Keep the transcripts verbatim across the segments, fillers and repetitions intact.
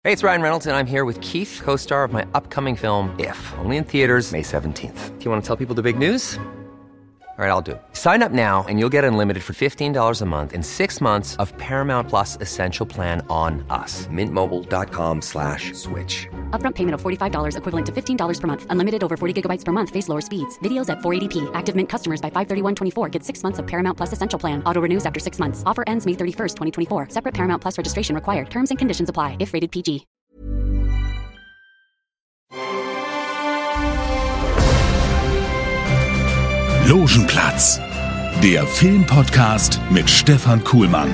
Hey, it's Ryan Reynolds, and I'm here with Keith, co-star of my upcoming film, If, only in theaters May seventeenth. Do you want to tell people the big news? All right, I'll do it. Sign up now and you'll get unlimited for fifteen dollars a month and six months of Paramount Plus Essential Plan on us. Mint Mobile dot com slash switch. Upfront payment of forty-five dollars equivalent to fifteen dollars per month. Unlimited over forty gigabytes per month. Face lower speeds. Videos at four eighty p. Active Mint customers by five thirty-one twenty-four get six months of Paramount Plus Essential Plan. Auto renews after six months. Offer ends May thirty-first, twenty twenty-four. Separate Paramount Plus registration required. Terms and conditions apply if rated P G. Logenplatz, der Filmpodcast mit Stefan Kuhlmann.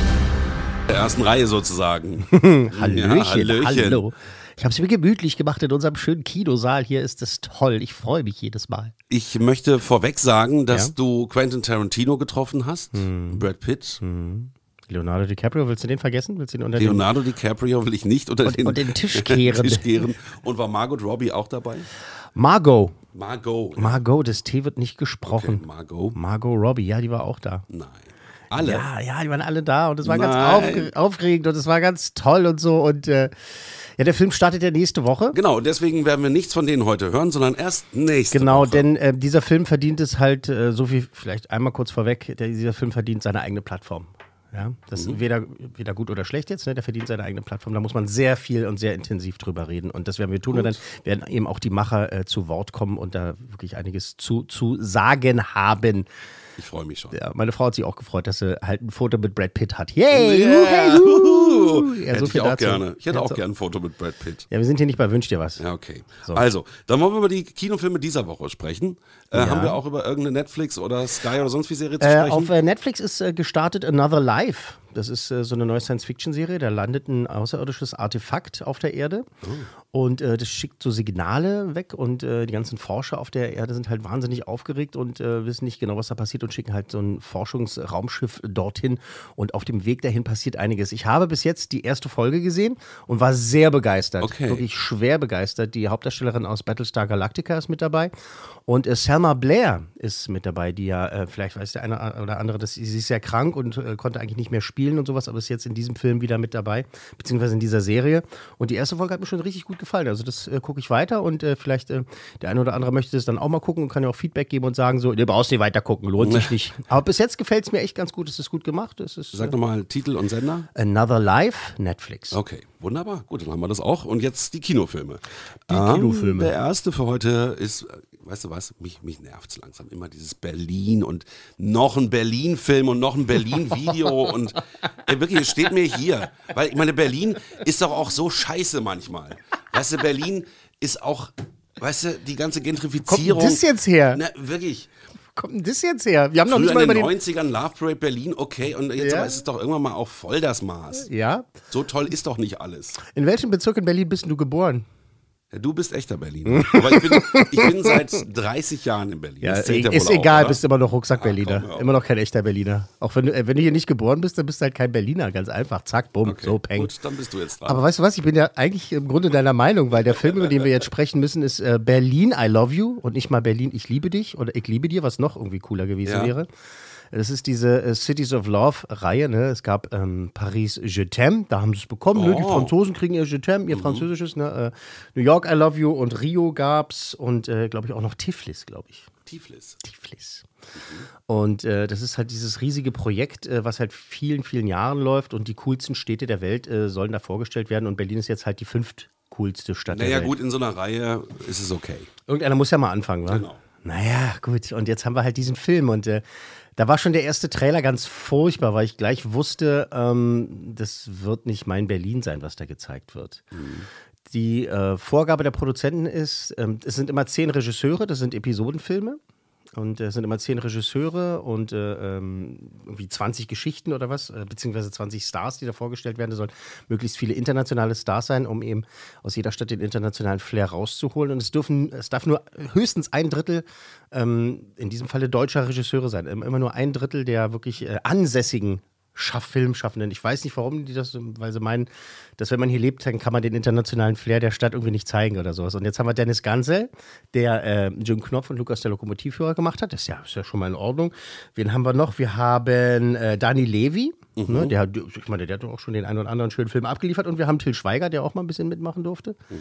Der ersten Reihe sozusagen. Hallöchen, ja, Hallöchen, hallo. Ich habe es mir gemütlich gemacht in unserem schönen Kinosaal. Hier ist es toll. Ich freue mich jedes Mal. Ich möchte vorweg sagen, dass Ja? du Quentin Tarantino getroffen hast, hm. Brad Pitt. Hm. Leonardo DiCaprio, willst du den vergessen? Willst du ihn unter Leonardo DiCaprio will ich nicht unter und, den, und den Tisch kehren. Tisch kehren. Und war Margot Robbie auch dabei? Margot. Margot. Ja. Margot, das T wird nicht gesprochen. Okay, Margot. Margot Robbie, ja, die war auch da. Nein. Alle? Ja, ja, die waren alle da und es war ganz Nein. aufge- aufregend und es war ganz toll und so. Und äh, ja, der Film startet ja nächste Woche. Genau, deswegen werden wir nichts von denen heute hören, sondern erst nächste Genau, Woche. denn äh, dieser Film verdient es halt, äh, so viel, vielleicht einmal kurz vorweg, der, dieser Film verdient seine eigene Plattform. Ja, das ist weder, weder gut oder schlecht jetzt, ne? Der verdient seine eigene Plattform. Da muss man sehr viel und sehr intensiv drüber reden. Und das werden wir tun. Und dann werden eben auch die Macher äh, zu Wort kommen und da wirklich einiges zu, zu sagen haben. Ich freue mich schon. Ja, meine Frau hat sich auch gefreut, dass sie halt ein Foto mit Brad Pitt hat. Yay! Yeah. Hey, huhu. Ja, Hätte so ich viel auch dazu. gerne. Ich hätte Ja, auch so. gerne ein Foto mit Brad Pitt. Ja, wir sind hier nicht bei Wünsch dir was. Ja, okay. So. Also, dann wollen wir über die Kinofilme dieser Woche sprechen. Äh, Ja. Haben wir auch über irgendeine Netflix oder Sky oder sonst wie Serie zu Äh, sprechen? auf äh, Netflix ist äh, gestartet Another Life. Das ist äh, so eine neue Science-Fiction-Serie. Da landet ein außerirdisches Artefakt auf der Erde. Und äh, das schickt so Signale weg. Und äh, die ganzen Forscher auf der Erde sind halt wahnsinnig aufgeregt und äh, wissen nicht genau, was da passiert und schicken halt so ein Forschungsraumschiff dorthin. Und auf dem Weg dahin passiert einiges. Ich habe bis jetzt die erste Folge gesehen und war sehr begeistert. Okay. Wirklich schwer begeistert. Die Hauptdarstellerin aus Battlestar Galactica ist mit dabei. Und äh, Selma Blair ist mit dabei, die ja, äh, vielleicht weiß der eine oder andere, dass sie, sie ist sehr krank und äh, konnte eigentlich nicht mehr spielen und sowas, aber ist jetzt in diesem Film wieder mit dabei, beziehungsweise in dieser Serie. Und die erste Folge hat mir schon richtig gut gefallen. Also das äh, gucke ich weiter und äh, vielleicht äh, der eine oder andere möchte das dann auch mal gucken und kann ja auch Feedback geben und sagen so, du brauchst nicht weiter gucken, lohnt sich nicht. Aber bis jetzt gefällt es mir echt ganz gut, es ist gut gemacht. Es ist, Sag nochmal Titel und Sender. Another Life, Netflix. Okay, wunderbar. Gut, dann haben wir das auch. Und jetzt die Kinofilme. Die Kinofilme. Der erste für heute ist, weißt du was, mich, mich nervt es langsam. Immer dieses Berlin und noch ein Berlin-Film und noch ein Berlin-Video. Und ey, wirklich, es steht mir hier. Weil ich meine, Berlin ist doch auch so scheiße manchmal. Weißt du, Berlin ist auch, weißt du, die ganze Gentrifizierung. Kommt denn das jetzt her? Na, wirklich. Kommt denn das jetzt her? Wir haben noch Früher nicht mal in über den den... neunzigern Love Parade Berlin, okay. Und jetzt Ja. aber ist es doch irgendwann mal auch voll das Maß. Ja? So toll ist doch nicht alles. In welchem Bezirk in Berlin bist denn du geboren? Ja, du bist echter Berliner. Aber ich bin, ich bin seit dreißig Jahren in Berlin. Ja, Das zählt ist wohl auch, egal, oder? bist immer noch Ah, Rucksack-Berliner. komm, hör auf. Immer noch kein echter Berliner. Auch wenn du, äh, wenn du hier nicht geboren bist, dann bist du halt kein Berliner. Ganz einfach. Zack, bumm, Okay, so, peng. gut, dann bist du jetzt dran. Aber weißt du was, ich bin ja eigentlich im Grunde deiner Meinung, weil der Film, über den wir jetzt sprechen müssen, ist äh, Berlin, I Love You und nicht mal Berlin, ich liebe dich oder ich liebe dir, was noch irgendwie cooler gewesen Ja. wäre. Das ist diese äh, Cities of Love-Reihe. Ne? Es gab ähm, Paris Je t'aime, da haben sie es bekommen. Ne? Die Oh. Franzosen kriegen ihr Je t'aime, ihr französisches. Ne? Äh, New York, I Love You und Rio gab's und äh, glaube ich auch noch Tiflis, glaube ich. Tiflis. Tiflis. Und äh, das ist halt dieses riesige Projekt, äh, was halt vielen, vielen Jahren läuft und die coolsten Städte der Welt äh, sollen da vorgestellt werden und Berlin ist jetzt halt die fünftcoolste Stadt der Naja, Welt. gut, in so einer Reihe ist es okay. Irgendeiner muss ja mal anfangen, wa? Genau. Naja, gut. Und jetzt haben wir halt diesen Film und äh, da war schon der erste Trailer ganz furchtbar, weil ich gleich wusste, ähm, das wird nicht mein Berlin sein, was da gezeigt wird. Mhm. Die äh, Vorgabe der Produzenten ist, ähm, es sind immer zehn Regisseure, das sind Episodenfilme. Und äh, es sind immer zehn Regisseure und äh, ähm, irgendwie zwanzig Geschichten oder was, äh, beziehungsweise zwanzig Stars, die da vorgestellt werden. Da sollen möglichst viele internationale Stars sein, um eben aus jeder Stadt den internationalen Flair rauszuholen. Und es dürfen, es darf nur höchstens ein Drittel, ähm, in diesem Falle deutscher Regisseure sein. Immer nur ein Drittel der wirklich äh, ansässigen Schaff Filmschaffenden. Ich weiß nicht, warum die das, weil sie meinen, dass wenn man hier lebt, dann kann man den internationalen Flair der Stadt irgendwie nicht zeigen oder sowas. Und jetzt haben wir Dennis Gansel, der äh, Jim Knopf und Lukas der Lokomotivführer gemacht hat. Das ist ja, ist ja schon mal in Ordnung. Wen haben wir noch? Wir haben äh, Dani Levy. Mhm. Ne, der, ich meine, der hat auch schon den einen oder anderen schönen Film abgeliefert. Und wir haben Til Schweiger, der auch mal ein bisschen mitmachen durfte. Mhm.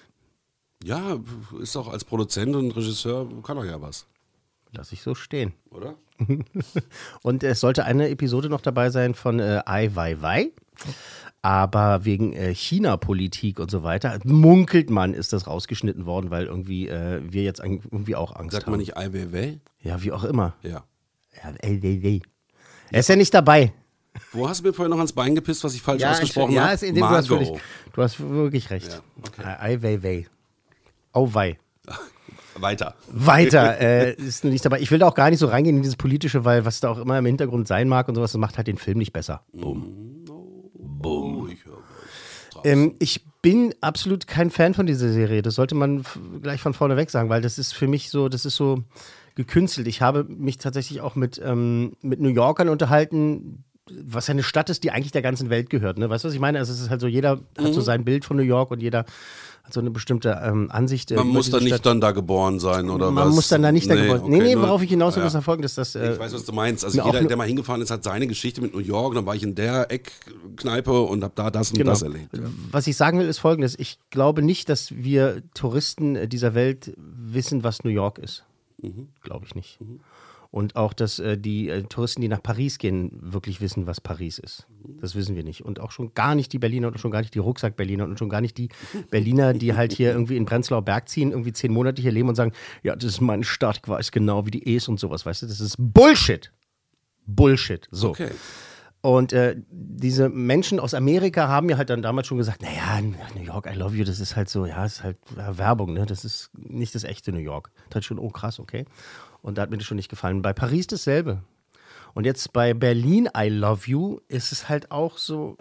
Ja, ist auch als Produzent und Regisseur, kann er ja was. Lass ich so stehen. Oder? Und es sollte eine Episode noch dabei sein von äh, Ai Weiwei. Aber wegen äh, China-Politik und so weiter, munkelt man, ist das rausgeschnitten worden, weil irgendwie äh, wir jetzt irgendwie auch Angst Sagt haben. man nicht Ai Weiwei? Ja, wie auch immer. Ja. Ja, Ai Weiwei. Er ist ja nicht dabei. Wo hast du mir vorhin noch ans Bein gepisst, was ich falsch Ja, ausgesprochen ich, ja, habe? ist in dem, du, hast wirklich, du hast wirklich recht. Ja, okay. Ai Weiwei. Auwei. Weiter. Weiter äh, ist nur nicht dabei. Ich will da auch gar nicht so reingehen in dieses Politische, weil was da auch immer im Hintergrund sein mag und sowas, das macht halt den Film nicht besser. Boom. Boom. Ich, ähm, ich bin absolut kein Fan von dieser Serie. Das sollte man f- gleich von vorne weg sagen, weil das ist für mich so, das ist so gekünstelt. Ich habe mich tatsächlich auch mit, ähm, mit New Yorkern unterhalten, was ja eine Stadt ist, die eigentlich der ganzen Welt gehört. Ne? Weißt du, was ich meine? Also es ist halt so, jeder mhm. hat so sein Bild von New York und jeder hat so eine bestimmte ähm, Ansicht. Äh, man muss da nicht Stadt. dann da geboren sein, oder man was? Man muss dann da nicht nee, da geboren sein. okay, Nee, nee, nur, worauf ich hinaus will, ja. ist folgendes. Dass, äh, ich weiß, was du meinst. Also mir jeder, der mal hingefahren ist, hat seine Geschichte mit New York. Dann war ich in der Eckkneipe und habe da das und genau. das erlebt. Ja. Was ich sagen will, ist folgendes. Ich glaube nicht, dass wir Touristen dieser Welt wissen, was New York ist. Mhm. Glaube ich nicht. Mhm. Und auch, dass äh, die äh, Touristen, die nach Paris gehen, wirklich wissen, was Paris ist. Das wissen wir nicht. Und auch schon gar nicht die Berliner und schon gar nicht die Rucksack-Berliner und schon gar nicht die Berliner, die halt hier irgendwie in Prenzlauer Berg ziehen, irgendwie zehn Monate hier leben und sagen, ja, das ist meine Stadt, ich weiß genau, wie die ist und sowas, weißt du? Das ist Bullshit. Bullshit. So. Okay. Und äh, diese Menschen aus Amerika haben mir halt dann damals schon gesagt, naja, New York, I love you, das ist halt so, ja, das ist halt ja, Werbung, ne? Das ist nicht das echte New York. Da hat schon, oh krass, okay. Und da hat mir das schon nicht gefallen. Bei Paris dasselbe. Und jetzt bei Berlin, I love you, ist es halt auch so,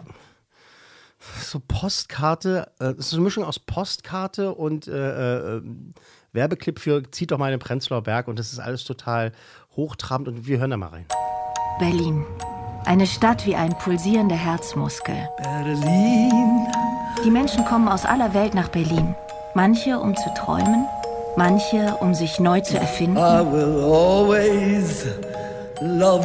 so Postkarte, äh, es ist eine Mischung aus Postkarte und äh, äh, Werbeclip für zieht doch mal in den Prenzlauer Berg und das ist alles total hochtrabend und wir hören da mal rein. Berlin. Eine Stadt wie ein pulsierender Herzmuskel. Berlin. Die Menschen kommen aus aller Welt nach Berlin. Manche, um zu träumen, manche, um sich neu zu erfinden. I will always love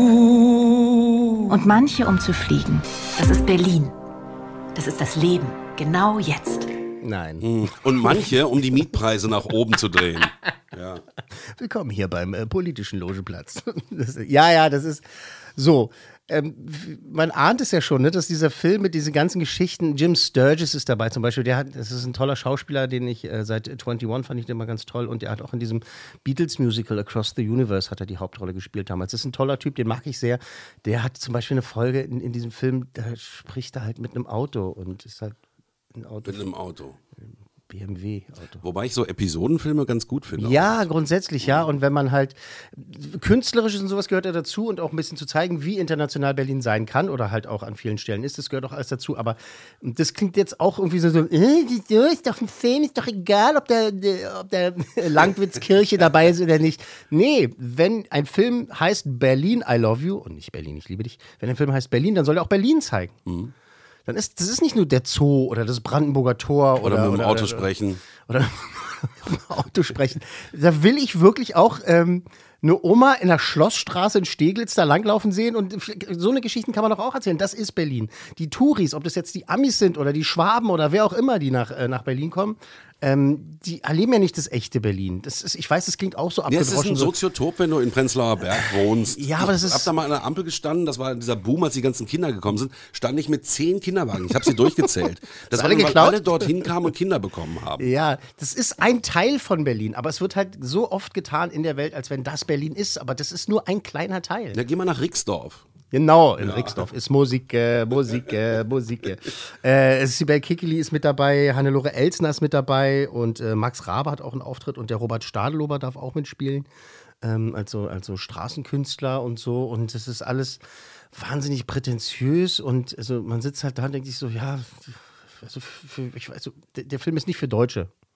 you. Und manche, um zu fliegen. Das ist Berlin. Das ist das Leben. Genau jetzt. Nein. Und manche, um die Mietpreise nach oben zu drehen. Ja. Willkommen hier beim äh, politischen Logenplatz. Das, ja, ja, das ist so. Ähm, man ahnt es ja schon, ne, dass dieser Film mit diesen ganzen Geschichten, Jim Sturgis ist dabei zum Beispiel, der hat, das ist ein toller Schauspieler, den ich äh, seit einundzwanzig fand ich den immer ganz toll und der hat auch in diesem Beatles-Musical Across the Universe hat er die Hauptrolle gespielt damals. Das ist ein toller Typ, den mag ich sehr. Der hat zum Beispiel eine Folge in, in diesem Film, da spricht er halt mit einem Auto und ist halt ein Auto. Mit einem Auto. B M W-Auto. Wobei ich so Episodenfilme ganz gut finde. Ja, grundsätzlich, ja. Und wenn man halt Künstlerisches und sowas gehört ja dazu und auch ein bisschen zu zeigen, wie international Berlin sein kann oder halt auch an vielen Stellen ist, das gehört auch alles dazu. Aber das klingt jetzt auch irgendwie so, so äh, ist doch ein Film, ist doch egal, ob der, der, ob der Langwitzkirche dabei ist oder nicht. Nee, wenn ein Film heißt Berlin, I love you, und nicht Berlin, ich liebe dich, wenn ein Film heißt Berlin, dann soll er auch Berlin zeigen. Mhm. Dann ist das ist nicht nur der Zoo oder das Brandenburger Tor oder, oder mit dem oder, Auto oder, sprechen. Oder mit dem Auto sprechen. Da will ich wirklich auch ähm, eine Oma in der Schlossstraße in Steglitz da langlaufen sehen und so eine Geschichten kann man doch auch erzählen. Das ist Berlin. Die Touris, ob das jetzt die Amis sind oder die Schwaben oder wer auch immer, die nach, äh, nach Berlin kommen, ähm, die erleben ja nicht das echte Berlin. Das ist, ich weiß, das klingt auch so abgedroschen. Ja, es ist ein Soziotop, wenn du in Prenzlauer Berg wohnst. Ja, aber das ist... Ich hab da mal an der Ampel gestanden, das war dieser Boom, als die ganzen Kinder gekommen sind, stand ich mit zehn Kinderwagen. Ich habe sie durchgezählt. Das war, alle weil geklaut? alle dorthin kamen und Kinder bekommen haben. Ja, das ist ein Teil von Berlin, aber es wird halt so oft getan in der Welt, als wenn das Berlin ist, aber das ist nur ein kleiner Teil. Ja, geh mal nach Rixdorf. Genau, in ja. Rixdorf ist Musik, äh, Musik, äh, Musik. Äh, Sibel Kekili ist mit dabei, Hannelore Elsner ist mit dabei und äh, Max Rabe hat auch einen Auftritt und der Robert Stadelober darf auch mitspielen, ähm, also, also Straßenkünstler und so und das ist alles wahnsinnig prätentiös und also man sitzt halt da und denkt sich so, ja, also für, ich weiß, der, der Film ist nicht für Deutsche.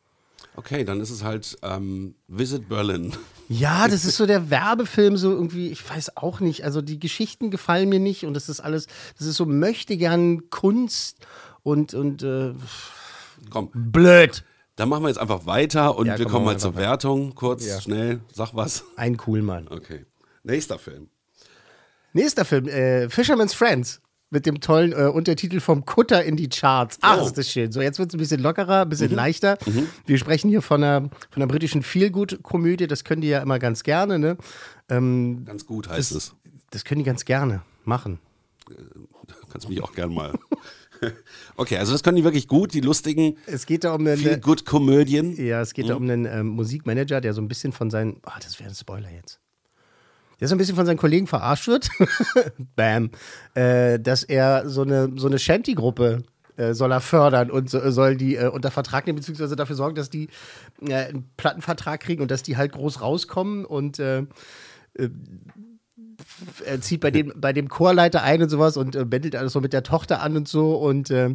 Okay, dann ist es halt ähm, Visit Berlin. Ja, das ist so der Werbefilm, so irgendwie, ich weiß auch nicht. Also die Geschichten gefallen mir nicht und das ist alles, das ist so möchte gern Kunst und, und äh, Komm, blöd. dann machen wir jetzt einfach weiter und Ja, wir komm, kommen machen mal wir zur einfach Wertung. Kurz, Ja. schnell, sag was. Ein Coolmann. Okay, nächster Film. Nächster Film, äh, Fisherman's Friends. Mit dem tollen äh, Untertitel vom Kutter in die Charts. Ach, Oh. ist das schön. So, jetzt wird es ein bisschen lockerer, ein bisschen leichter. Wir sprechen hier von einer, von einer britischen Feelgood-Komödie. Das können die ja immer ganz gerne. Ne? Ähm, Ganz gut heißt es. das können die ganz gerne machen. Kannst mich auch gern mal. Okay, also das können die wirklich gut, die lustigen Es geht da um eine, Feel Good Komödien. ja, es geht da um einen ähm, Musikmanager, der so ein bisschen von seinen, ah, das wäre ein Spoiler jetzt. Der so ein bisschen von seinen Kollegen verarscht wird. Bam. Äh, dass er so eine, so eine Shanty-Gruppe äh, soll er fördern und so, soll die äh, unter Vertrag nehmen, beziehungsweise dafür sorgen, dass die äh, einen Plattenvertrag kriegen und dass die halt groß rauskommen und äh, äh, er zieht bei dem, bei dem Chorleiter ein und sowas und äh, bändelt alles so mit der Tochter an und so und äh,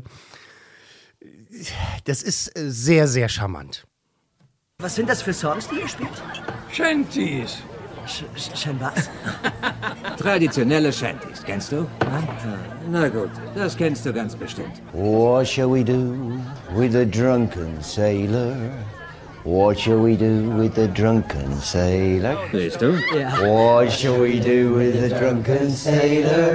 das ist äh, sehr, sehr charmant. Was sind das für Songs, die ihr spielt? Shanties. Sch sch schon was? Traditionelle Shanties, kennst du? Nein? Na gut, das kennst du ganz bestimmt. What shall we do with a drunken sailor? What shall we do with a drunken sailor? Siehst du? Ja. What shall we do with a drunken sailor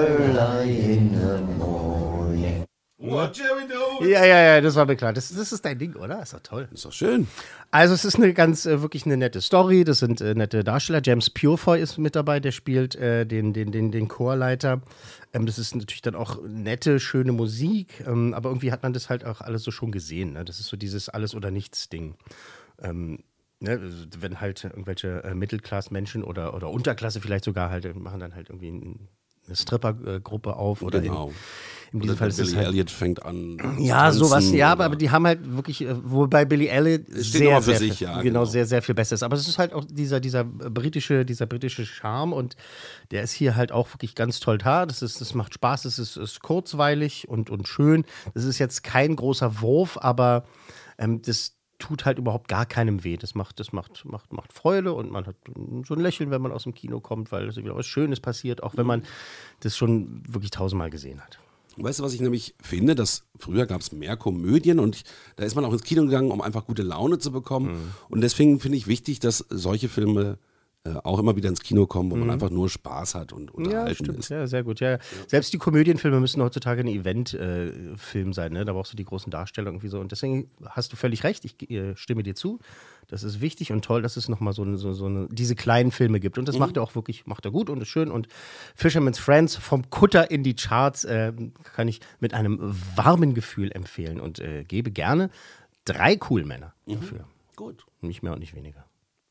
early in the morning? What shall we do? Ja, ja, ja, das war mir klar. Das, das ist dein Ding, oder? Ist doch toll. Ist doch schön. Also es ist eine ganz, äh, wirklich eine nette Story. Das sind äh, nette Darsteller. James Purefoy ist mit dabei, der spielt äh, den, den, den, den Chorleiter. Ähm, das ist natürlich dann auch nette, schöne Musik. Ähm, aber irgendwie hat man das halt auch alles so schon gesehen. Ne? Das ist so dieses Alles-oder-Nichts-Ding. Ähm, ne? Wenn halt irgendwelche äh, Mittelklasse-Menschen oder, oder Unterklasse vielleicht sogar halt, äh, machen dann halt irgendwie ein, eine Strippergruppe auf. Oder Genau. in, in diesem Oder Fall ist es Billy halt Elliot fängt an. zu ja, tanzen sowas, ja, aber, oder- aber die haben halt wirklich, äh, wobei Billy Elliot steht sehr, immer für sehr, sich, viel, ja, genau, genau. sehr, sehr viel besser ist. Aber es ist halt auch dieser, dieser britische, dieser britische Charme und der ist hier halt auch wirklich ganz toll da. Das ist, das macht Spaß, es ist, ist kurzweilig und, und schön. Das ist jetzt kein großer Wurf, aber ähm, das tut halt überhaupt gar keinem weh. Das macht, das macht, macht, macht Freude und man hat so ein Lächeln, wenn man aus dem Kino kommt, weil es wieder was Schönes passiert, auch wenn man das schon wirklich tausendmal gesehen hat. Weißt du, was ich nämlich finde? Dass früher gab es mehr Komödien und ich, da ist man auch ins Kino gegangen, um einfach gute Laune zu bekommen. Mhm. Und deswegen finde ich wichtig, dass solche Filme äh, auch immer wieder ins Kino kommen, wo man einfach nur Spaß hat und Ja, unterhalten stimmt. ist. Ja, sehr gut. Ja, ja. Selbst die Komödienfilme müssen heutzutage ein Eventfilm sein. Ne? Da brauchst du die großen Darsteller irgendwie so. Und deswegen hast du völlig recht. Ich äh, stimme dir zu. Das ist wichtig und toll, dass es nochmal so, eine, so, so eine, diese kleinen Filme gibt. Und das macht er auch wirklich, macht er gut und ist schön. Und Fisherman's Friends vom Kutter in die Charts äh, kann ich mit einem warmen Gefühl empfehlen und äh, gebe gerne drei Coolmänner dafür. Gut. Nicht mehr und nicht weniger.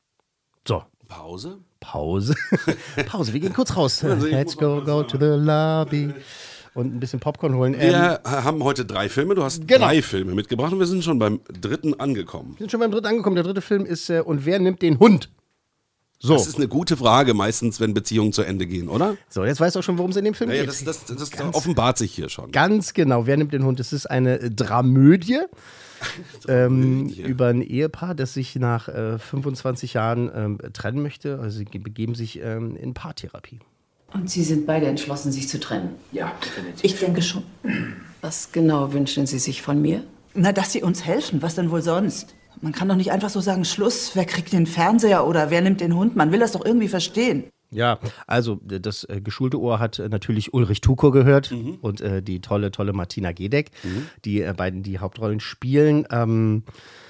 So. Pause? Pause. Pause, wir gehen kurz raus. Also ich Let's muss go, noch go was to the lobby. Und ein bisschen Popcorn holen. Ähm, Wir haben heute drei Filme. Du hast Genau. drei Filme mitgebracht und wir sind schon beim dritten angekommen. wir sind schon beim dritten angekommen. Der dritte Film ist äh, Und wer nimmt den Hund? So. Das ist eine gute Frage, meistens, wenn Beziehungen zu Ende gehen, oder? So, jetzt weißt du auch schon, worum es in dem Film Naja, geht. das, das, das, das offenbart sich hier schon. Ganz genau. Wer nimmt den Hund? Es ist eine äh, Dramödie. Ähm, über ein Ehepaar, das sich nach äh, fünfundzwanzig Jahren ähm, trennen möchte. Also sie ge- begeben sich ähm, in Paartherapie. Und Sie sind beide entschlossen, sich zu trennen? Ja, definitiv. Ich denke schon. Was genau wünschen Sie sich von mir? Na, dass Sie uns helfen. Was denn wohl sonst? Man kann doch nicht einfach so sagen, Schluss, wer kriegt den Fernseher oder wer nimmt den Hund? Man will das doch irgendwie verstehen. Ja, also äh, das äh, geschulte Ohr hat äh, natürlich Ulrich Tukur gehört und äh, die tolle, tolle Martina Gedeck, die äh, beiden die Hauptrollen spielen. Ähm,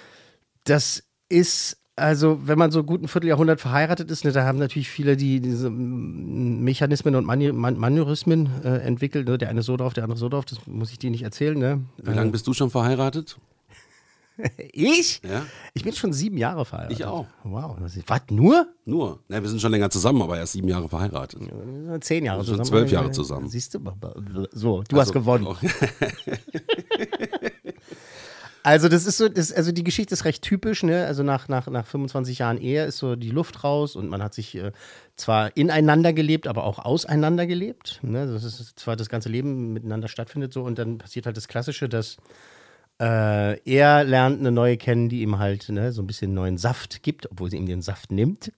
das ist, also wenn man so gut ein Vierteljahrhundert verheiratet ist, ne, da haben natürlich viele die, diese mm, Mechanismen und Mani Man Manierismen äh, entwickelt. Ne? Der eine so drauf, der andere so drauf, das muss ich dir nicht erzählen. Ne? Wie lange bist du schon verheiratet? Ich? Ja. Ich bin schon sieben Jahre verheiratet. Ich auch. Wow. Was, nur? Nur. Na, wir sind schon länger zusammen, aber erst sieben Jahre verheiratet. Zehn Jahre Also schon zusammen. zwölf Jahre zusammen. Siehst du? So, du hast Also, gewonnen. auch- Also das ist so, das, also die Geschichte ist recht typisch, ne? Also nach, nach, nach fünfundzwanzig Jahren Ehe ist so die Luft raus und man hat sich äh, zwar ineinander gelebt, aber auch auseinander gelebt. Ne? Das ist zwar das ganze Leben miteinander stattfindet so und dann passiert halt das Klassische, dass Äh, er lernt eine neue kennen, die ihm halt ne, so ein bisschen neuen Saft gibt, obwohl sie ihm den Saft nimmt.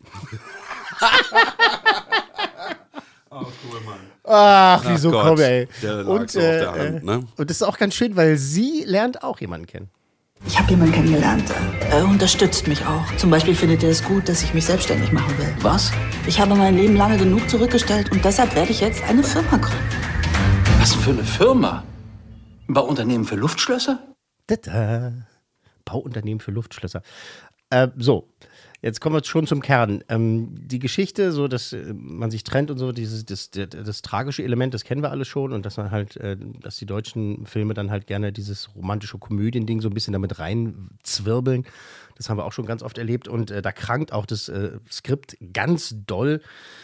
Oh, cool, Mann. Ach, wieso komm, ey. Der lag und, so auf der äh, Hand, ne? und das ist auch ganz schön, weil sie lernt auch jemanden kennen. Ich habe jemanden kennengelernt. Er unterstützt mich auch. Zum Beispiel findet er es gut, dass ich mich selbstständig machen will. Was? Ich habe mein Leben lange genug zurückgestellt und deshalb werde ich jetzt eine Firma gründen. Was für eine Firma? Bauunternehmen für Luftschlösser? Tada. Bauunternehmen für Luftschlösser. Äh, so, jetzt kommen wir schon zum Kern. Ähm, die Geschichte, so dass äh, man sich trennt und so, dieses das, das, das tragische Element, das kennen wir alle schon und dass man halt, äh, dass die deutschen Filme dann halt gerne dieses romantische Komödien-Ding so ein bisschen damit reinzwirbeln. Das haben wir auch schon ganz oft erlebt und äh, da krankt auch das äh, Skript ganz doll.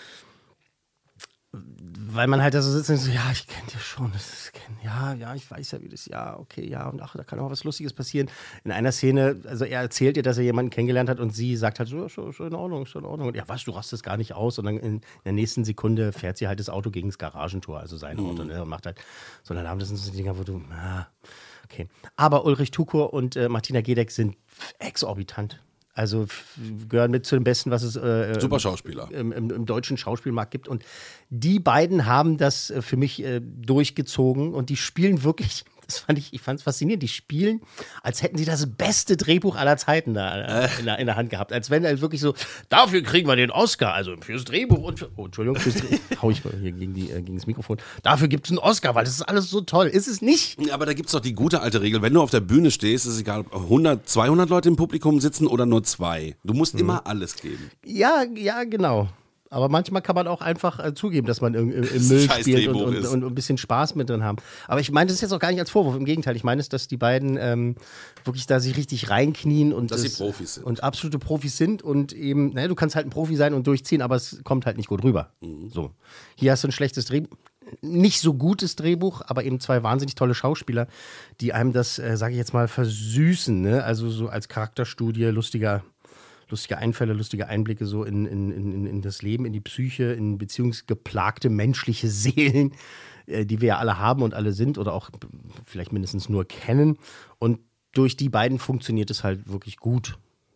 Weil man halt da so sitzt und so, ja, ich kenne dich schon, das ist, ja, ja, ich weiß ja, wie das, ja, okay, ja, und ach, da kann auch was Lustiges passieren. In einer Szene, also er erzählt ihr, dass er jemanden kennengelernt hat und sie sagt halt so, ist so in Ordnung, ist so in Ordnung. Und ja, was, du rastest gar nicht aus. Und dann in der nächsten Sekunde fährt sie halt das Auto gegen das Garagentor, also sein Auto, ne, und macht halt so einen Alarm. Das sind so Dinger, wo du, ah, okay. Aber Ulrich Tukur und äh, Martina Gedeck sind exorbitant. Also f- gehören mit zu den Besten, was es äh, Super Schauspieler. Im, im, im deutschen Schauspielmarkt gibt. Und die beiden haben das äh, für mich äh, durchgezogen und die spielen wirklich, das fand ich, ich fand es faszinierend, die spielen, als hätten sie das beste Drehbuch aller Zeiten da äh, in, der, in der Hand gehabt. Als wenn halt wirklich so, dafür kriegen wir den Oscar, also fürs Drehbuch und für, oh, Entschuldigung, fürs Drehbuch, hau ich mal hier gegen, die, äh, gegen das Mikrofon. Dafür gibt es einen Oscar, weil das ist alles so toll. Ist es nicht? Ja, aber da gibt es doch die gute alte Regel, wenn du auf der Bühne stehst, ist es egal, ob hundert, zweihundert Leute im Publikum sitzen oder nur zwei. Du musst mhm. immer alles geben. Ja, ja, genau. Aber manchmal kann man auch einfach äh, zugeben, dass man im, im, im Das Müll ein spielt und, Scheiß und, Drehbuch und, und ein bisschen Spaß mit drin haben. Aber ich meine das ist jetzt auch gar nicht als Vorwurf. Im Gegenteil, ich meine es, dass die beiden ähm, wirklich da sich richtig reinknien und Dass das, sie Profis sind. Und absolute Profis sind und eben, naja, du kannst halt ein Profi sein und durchziehen, aber es kommt halt nicht gut rüber. Mhm. So. Hier hast du ein schlechtes Drehbuch. Nicht so gutes Drehbuch, aber eben zwei wahnsinnig tolle Schauspieler, die einem das, äh, sage ich jetzt mal, versüßen. Ne? Also so als Charakterstudie, lustiger lustige Einfälle, lustige Einblicke so in, in, in, in das Leben, in die Psyche, in beziehungsgeplagte menschliche Seelen, äh, die wir ja alle haben und alle sind oder auch vielleicht mindestens nur kennen. Und durch die beiden funktioniert es halt wirklich gut.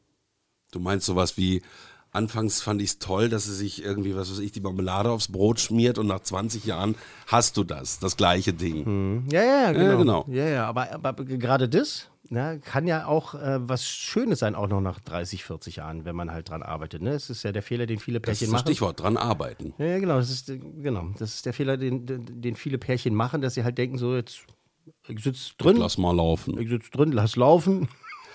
Du meinst sowas wie, anfangs fand ich es toll, dass sie sich irgendwie, was weiß ich, die Marmelade aufs Brot schmiert und nach zwanzig Jahren hast du das, das gleiche Ding. Hm. Ja, ja, genau. Ja, genau. Ja, ja, aber, aber gerade das na, kann ja auch äh, was Schönes sein, auch noch nach dreißig, vierzig Jahren, wenn man halt dran arbeitet. Ne? Es ist ja der Fehler, den viele Das Pärchen ist das machen. Stichwort, dran arbeiten. Ja, ja, genau. Das ist, äh, genau. Das ist der Fehler, den, den, den viele Pärchen machen, dass sie halt denken, so jetzt, ich sitze drin. Lass mal laufen. Ich sitze drin, lass laufen.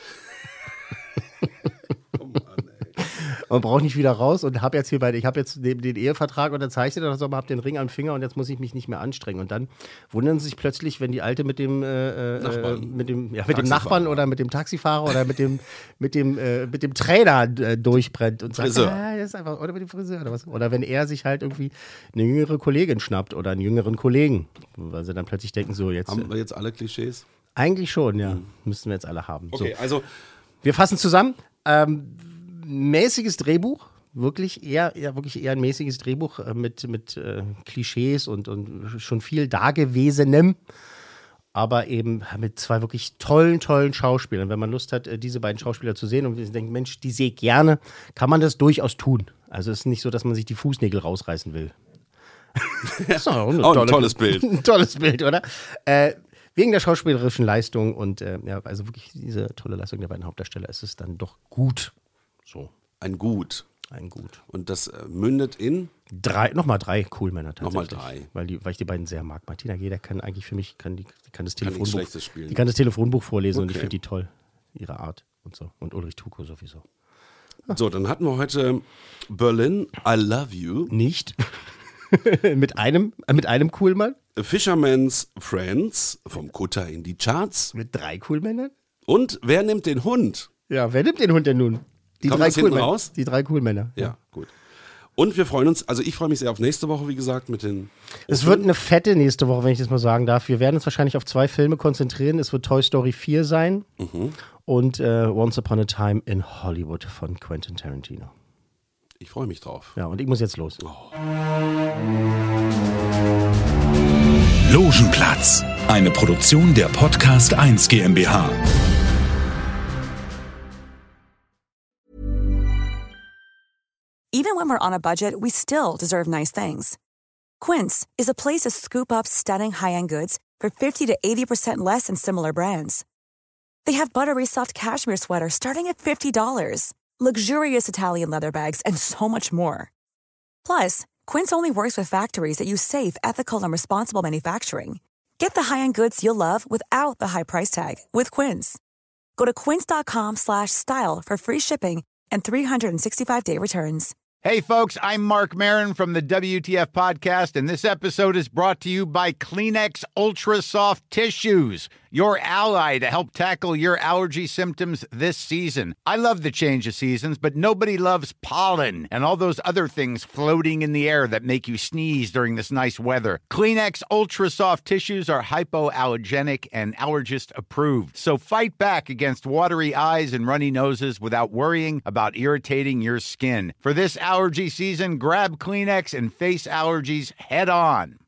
Und brauche nicht wieder raus und habe jetzt hier bei, ich habe jetzt den, den Ehevertrag unterzeichnet und habe den Ring am Finger und jetzt muss ich mich nicht mehr anstrengen. Und dann wundern sie sich plötzlich, wenn die Alte mit dem, äh, äh, mit dem, ja, mit dem Nachbarn oder mit dem Taxifahrer oder mit dem, mit dem, äh, mit dem Trainer äh, durchbrennt und sagt, ja, das ist einfach, oder mit dem Friseur oder was. Oder wenn er sich halt irgendwie eine jüngere Kollegin schnappt oder einen jüngeren Kollegen, weil sie dann plötzlich denken, so jetzt. Haben wir jetzt alle Klischees? Eigentlich schon, ja. Mhm. Müssten wir jetzt alle haben. Okay, so. also. Wir fassen zusammen. Ähm, mäßiges Drehbuch, wirklich eher, eher, wirklich eher ein mäßiges Drehbuch äh, mit, mit äh, Klischees und, und schon viel Dagewesenem, aber eben mit zwei wirklich tollen, tollen Schauspielern. Wenn man Lust hat, äh, diese beiden Schauspieler zu sehen und denkt, Mensch, die sehe ich gerne, kann man das durchaus tun. Also es ist nicht so, dass man sich die Fußnägel rausreißen will. Das ist auch ein, auch tolle, ein tolles Bild. Ein tolles Bild, oder? Äh, Wegen der schauspielerischen Leistung und äh, ja, also wirklich diese tolle Leistung der beiden Hauptdarsteller ist es dann doch gut. So. Ein Gut. Ein Gut. Und das äh, mündet in? Drei, nochmal drei Coolmänner tatsächlich. Nochmal drei. Weil, die, weil ich die beiden sehr mag. Martina Geder kann eigentlich für mich, kann die, die kann das Kann Telefonbuch, Schlechtes spielen. die kann das Telefonbuch vorlesen Okay. und ich finde die toll. Ihre Art und so. Und Ulrich Tukur sowieso. So, dann hatten wir heute Berlin, I Love You. Nicht. mit einem, äh, mit einem Coolmann. Fisherman's Friends, vom Kutter in die Charts. Mit drei Coolmännern. Und wer nimmt den Hund? Ja, wer nimmt den Hund denn nun? Die Kommt drei das hinten Coolmänner. raus? Die drei Coolmänner. Ja, gut. Und wir freuen uns, also ich freue mich sehr auf nächste Woche, wie gesagt, mit den. Es wird eine fette nächste Woche, wenn ich das mal sagen darf. Wir werden uns wahrscheinlich auf zwei Filme konzentrieren. Es wird Toy Story vier sein Mhm. und äh, Once Upon a Time in Hollywood von Quentin Tarantino. Ich freue mich drauf. Ja, und ich muss jetzt los. Oh. Logenplatz, eine Produktion der Podcast eins GmbH. Even when we're on a budget, we still deserve nice things. Quince is a place to scoop up stunning high-end goods for fifty to eighty percent less than similar brands. They have buttery soft cashmere sweaters starting at fifty dollars, luxurious Italian leather bags, and so much more. Plus, Quince only works with factories that use safe, ethical, and responsible manufacturing. Get the high-end goods you'll love without the high price tag with Quince. Go to quince.com slash style for free shipping and three sixty-five day returns. Hey, folks, I'm Mark Maron from the W T F Podcast, and this episode is brought to you by Kleenex Ultra Soft Tissues, your ally to help tackle your allergy symptoms this season. I love the change of seasons, but nobody loves pollen and all those other things floating in the air that make you sneeze during this nice weather. Kleenex Ultra Soft Tissues are hypoallergenic and allergist approved, so fight back against watery eyes and runny noses without worrying about irritating your skin. For this allergy season, grab Kleenex and face allergies head on.